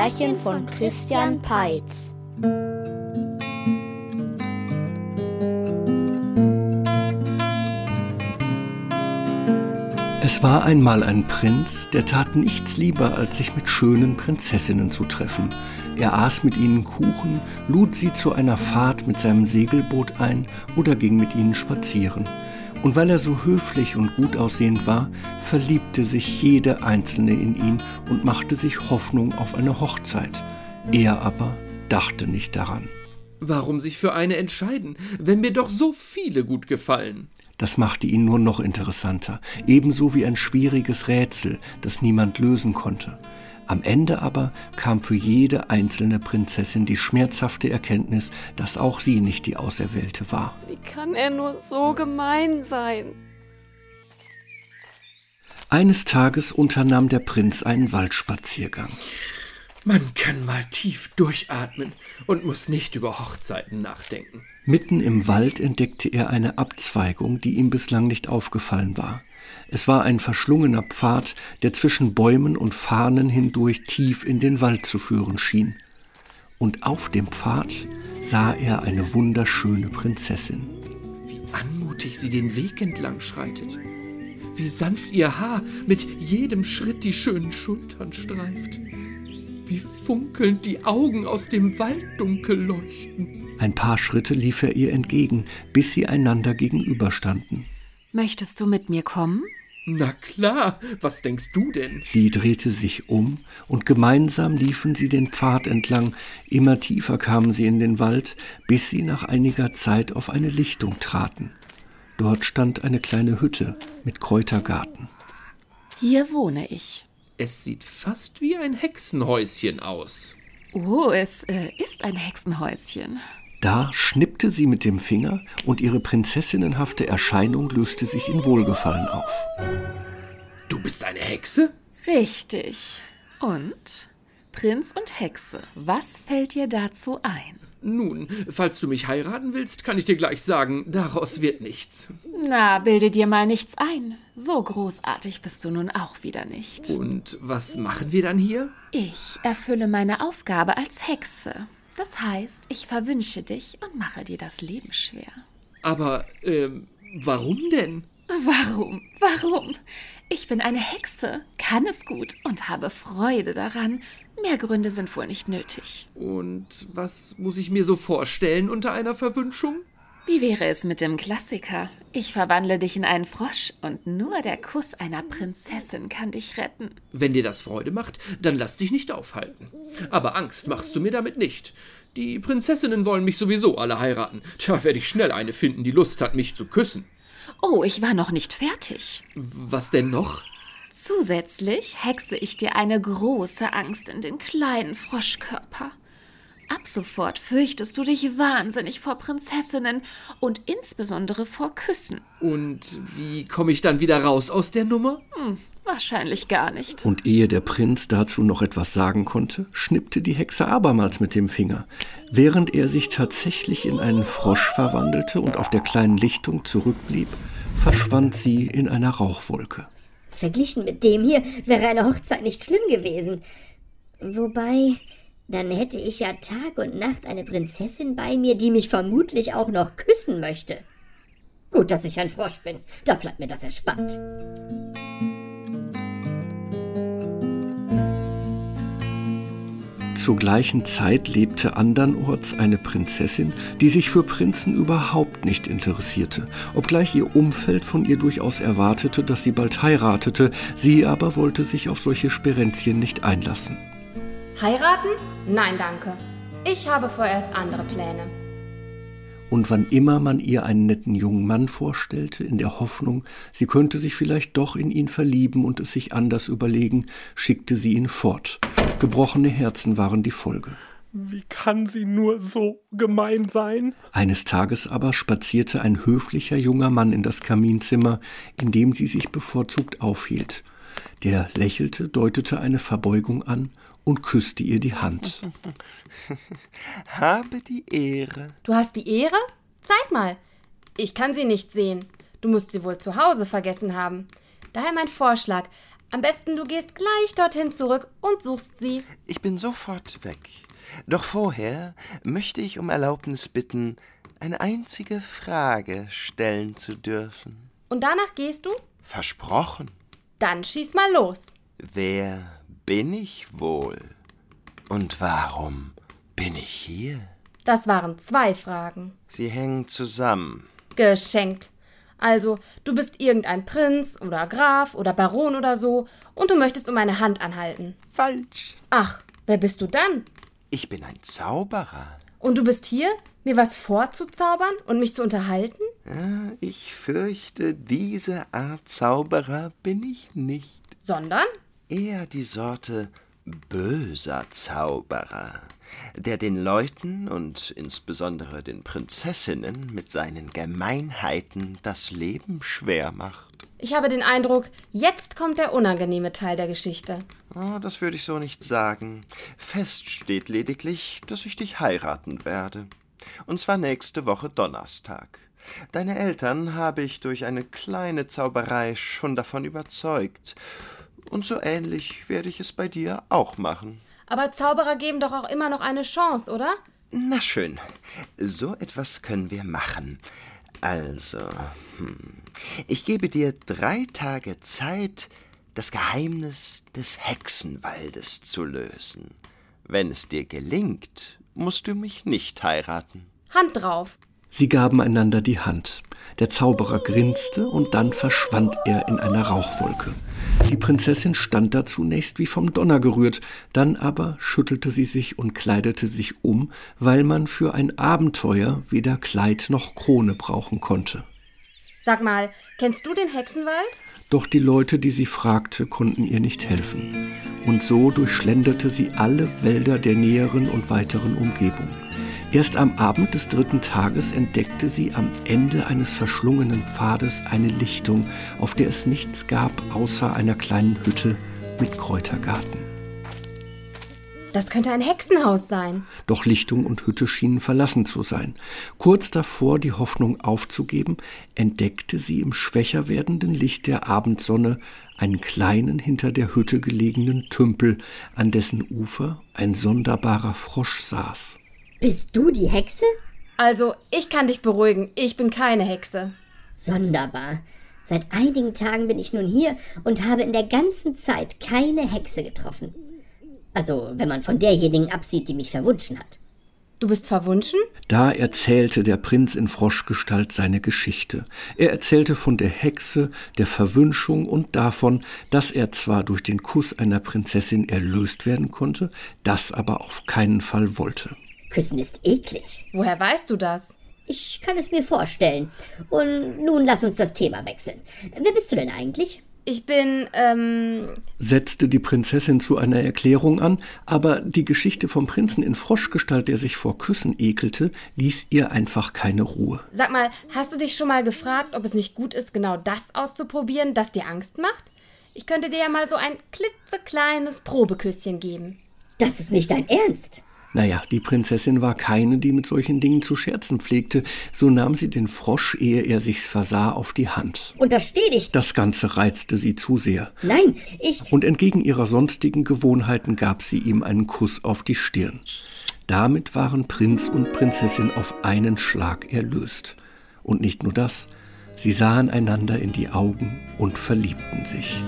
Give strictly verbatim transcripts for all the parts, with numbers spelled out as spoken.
Märchen von Christian Peitz. Es war einmal ein Prinz, der tat nichts lieber, als sich mit schönen Prinzessinnen zu treffen. Er aß mit ihnen Kuchen, lud sie zu einer Fahrt mit seinem Segelboot ein oder ging mit ihnen spazieren. Und weil er so höflich und gut aussehend war, verliebte sich jede einzelne in ihn und machte sich Hoffnung auf eine Hochzeit. Er aber dachte nicht daran. Warum sich für eine entscheiden, wenn mir doch so viele gut gefallen? Das machte ihn nur noch interessanter, ebenso wie ein schwieriges Rätsel, das niemand lösen konnte. Am Ende aber kam für jede einzelne Prinzessin die schmerzhafte Erkenntnis, dass auch sie nicht die Auserwählte war. Wie kann er nur so gemein sein? Eines Tages unternahm der Prinz einen Waldspaziergang. Man kann mal tief durchatmen und muss nicht über Hochzeiten nachdenken. Mitten im Wald entdeckte er eine Abzweigung, die ihm bislang nicht aufgefallen war. Es war ein verschlungener Pfad, der zwischen Bäumen und Farnen hindurch tief in den Wald zu führen schien. Und auf dem Pfad sah er eine wunderschöne Prinzessin. Wie anmutig sie den Weg entlang schreitet. Wie sanft ihr Haar mit jedem Schritt die schönen Schultern streift. Wie funkelnd die Augen aus dem Walddunkel leuchten. Ein paar Schritte lief er ihr entgegen, bis sie einander gegenüberstanden. Möchtest du mit mir kommen? Na klar, was denkst du denn? Sie drehte sich um und gemeinsam liefen sie den Pfad entlang. Immer tiefer kamen sie in den Wald, bis sie nach einiger Zeit auf eine Lichtung traten. Dort stand eine kleine Hütte mit Kräutergarten. Hier wohne ich. Es sieht fast wie ein Hexenhäuschen aus. Oh, es äh, ist ein Hexenhäuschen. Da schnippte sie mit dem Finger und ihre prinzessinnenhafte Erscheinung löste sich in Wohlgefallen auf. Du bist eine Hexe? Richtig. Und? Prinz und Hexe, was fällt dir dazu ein? Nun, falls du mich heiraten willst, kann ich dir gleich sagen, daraus wird nichts. Na, bilde dir mal nichts ein. So großartig bist du nun auch wieder nicht. Und was machen wir dann hier? Ich erfülle meine Aufgabe als Hexe. Das heißt, ich verwünsche dich und mache dir das Leben schwer. Aber, ähm, warum denn? Warum? Warum? Ich bin eine Hexe, kann es gut und habe Freude daran. Mehr Gründe sind wohl nicht nötig. Und was muss ich mir so vorstellen unter einer Verwünschung? Wie wäre es mit dem Klassiker? Ich verwandle dich in einen Frosch und nur der Kuss einer Prinzessin kann dich retten. Wenn dir das Freude macht, dann lass dich nicht aufhalten. Aber Angst machst du mir damit nicht. Die Prinzessinnen wollen mich sowieso alle heiraten. Da werde ich schnell eine finden, die Lust hat, mich zu küssen. Oh, ich war noch nicht fertig. Was denn noch? Zusätzlich hexe ich dir eine große Angst in den kleinen Froschkörper. Ab sofort fürchtest du dich wahnsinnig vor Prinzessinnen und insbesondere vor Küssen. Und wie komme ich dann wieder raus aus der Nummer? Hm, wahrscheinlich gar nicht. Und ehe der Prinz dazu noch etwas sagen konnte, schnippte die Hexe abermals mit dem Finger. Während er sich tatsächlich in einen Frosch verwandelte und auf der kleinen Lichtung zurückblieb, verschwand sie in einer Rauchwolke. Verglichen mit dem hier wäre eine Hochzeit nicht schlimm gewesen. Wobei, dann hätte ich ja Tag und Nacht eine Prinzessin bei mir, die mich vermutlich auch noch küssen möchte. Gut, dass ich ein Frosch bin, da bleibt mir das erspart. Zur gleichen Zeit lebte andernorts eine Prinzessin, die sich für Prinzen überhaupt nicht interessierte, obgleich ihr Umfeld von ihr durchaus erwartete, dass sie bald heiratete, sie aber wollte sich auf solche Sperenzchen nicht einlassen. Heiraten? Nein, danke. Ich habe vorerst andere Pläne. Und wann immer man ihr einen netten jungen Mann vorstellte, in der Hoffnung, sie könnte sich vielleicht doch in ihn verlieben und es sich anders überlegen, schickte sie ihn fort. Gebrochene Herzen waren die Folge. Wie kann sie nur so gemein sein? Eines Tages aber spazierte ein höflicher junger Mann in das Kaminzimmer, in dem sie sich bevorzugt aufhielt. Der lächelte, deutete eine Verbeugung an und küsste ihr die Hand. Habe die Ehre. Du hast die Ehre? Zeig mal. Ich kann sie nicht sehen. Du musst sie wohl zu Hause vergessen haben. Daher mein Vorschlag. Am besten du gehst gleich dorthin zurück und suchst sie. Ich bin sofort weg. Doch vorher möchte ich um Erlaubnis bitten, eine einzige Frage stellen zu dürfen. Und danach gehst du? Versprochen. Dann schieß mal los. Wer bin ich wohl? Und warum bin ich hier? Das waren zwei Fragen. Sie hängen zusammen. Geschenkt. Also, du bist irgendein Prinz oder Graf oder Baron oder so und du möchtest um meine Hand anhalten. Falsch. Ach, wer bist du dann? Ich bin ein Zauberer. Und du bist hier, mir was vorzuzaubern und mich zu unterhalten? Ja, ich fürchte, diese Art Zauberer bin ich nicht. Sondern? Eher die Sorte böser Zauberer, der den Leuten und insbesondere den Prinzessinnen mit seinen Gemeinheiten das Leben schwer macht. Ich habe den Eindruck, jetzt kommt der unangenehme Teil der Geschichte. Oh, das würde ich so nicht sagen. Fest steht lediglich, dass ich dich heiraten werde. Und zwar nächste Woche Donnerstag. Deine Eltern habe ich durch eine kleine Zauberei schon davon überzeugt. Und so ähnlich werde ich es bei dir auch machen. Aber Zauberer geben doch auch immer noch eine Chance, oder? Na schön, so etwas können wir machen. Also, hm, ich gebe dir drei Tage Zeit, das Geheimnis des Hexenwaldes zu lösen. Wenn es dir gelingt, musst du mich nicht heiraten. Hand drauf. Sie gaben einander die Hand. Der Zauberer grinste und dann verschwand er in einer Rauchwolke. Die Prinzessin stand da zunächst wie vom Donner gerührt, dann aber schüttelte sie sich und kleidete sich um, weil man für ein Abenteuer weder Kleid noch Krone brauchen konnte. Sag mal, kennst du den Hexenwald? Doch die Leute, die sie fragte, konnten ihr nicht helfen. Und so durchschlenderte sie alle Wälder der näheren und weiteren Umgebung. Erst am Abend des dritten Tages entdeckte sie am Ende eines verschlungenen Pfades eine Lichtung, auf der es nichts gab außer einer kleinen Hütte mit Kräutergarten. Das könnte ein Hexenhaus sein. Doch Lichtung und Hütte schienen verlassen zu sein. Kurz davor, die Hoffnung aufzugeben, entdeckte sie im schwächer werdenden Licht der Abendsonne einen kleinen, hinter der Hütte gelegenen Tümpel, an dessen Ufer ein sonderbarer Frosch saß. Bist du die Hexe? Also, ich kann dich beruhigen, ich bin keine Hexe. Sonderbar. Seit einigen Tagen bin ich nun hier und habe in der ganzen Zeit keine Hexe getroffen. Also, wenn man von derjenigen absieht, die mich verwunschen hat. Du bist verwunschen? Da erzählte der Prinz in Froschgestalt seine Geschichte. Er erzählte von der Hexe, der Verwünschung und davon, dass er zwar durch den Kuss einer Prinzessin erlöst werden konnte, das aber auf keinen Fall wollte. Küssen ist eklig. Woher weißt du das? Ich kann es mir vorstellen. Und nun lass uns das Thema wechseln. Wer bist du denn eigentlich? Ich bin, ähm... setzte die Prinzessin zu einer Erklärung an, aber die Geschichte vom Prinzen in Froschgestalt, der sich vor Küssen ekelte, ließ ihr einfach keine Ruhe. Sag mal, hast du dich schon mal gefragt, ob es nicht gut ist, genau das auszuprobieren, das dir Angst macht? Ich könnte dir ja mal so ein klitzekleines Probeküsschen geben. Das ist nicht dein Ernst. Naja, die Prinzessin war keine, die mit solchen Dingen zu scherzen pflegte. So nahm sie den Frosch, ehe er sich's versah, auf die Hand. Untersteh dich. Das Ganze reizte sie zu sehr. Nein, ich... Und entgegen ihrer sonstigen Gewohnheiten gab sie ihm einen Kuss auf die Stirn. Damit waren Prinz und Prinzessin auf einen Schlag erlöst. Und nicht nur das, sie sahen einander in die Augen und verliebten sich.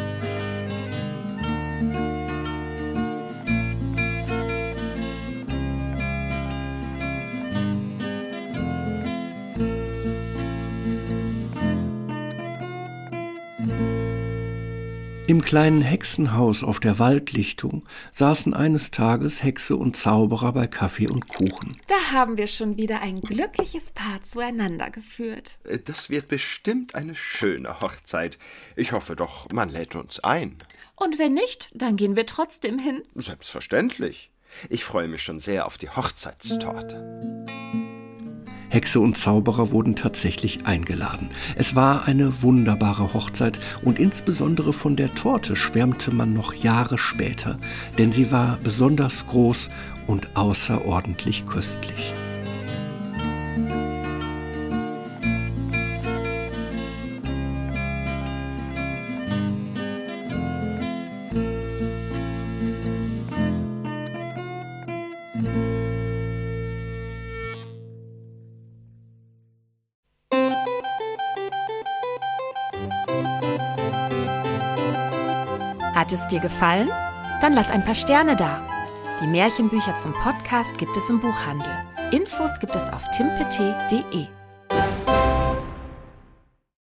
Im kleinen Hexenhaus auf der Waldlichtung saßen eines Tages Hexe und Zauberer bei Kaffee und Kuchen. Da haben wir schon wieder ein glückliches Paar zueinander geführt. Das wird bestimmt eine schöne Hochzeit. Ich hoffe doch, man lädt uns ein. Und wenn nicht, dann gehen wir trotzdem hin. Selbstverständlich. Ich freue mich schon sehr auf die Hochzeitstorte. Hexe und Zauberer wurden tatsächlich eingeladen. Es war eine wunderbare Hochzeit und insbesondere von der Torte schwärmte man noch Jahre später, denn sie war besonders groß und außerordentlich köstlich. Hat es dir gefallen? Dann lass ein paar Sterne da. Die Märchenbücher zum Podcast gibt es im Buchhandel. Infos gibt es auf timpete punkt de.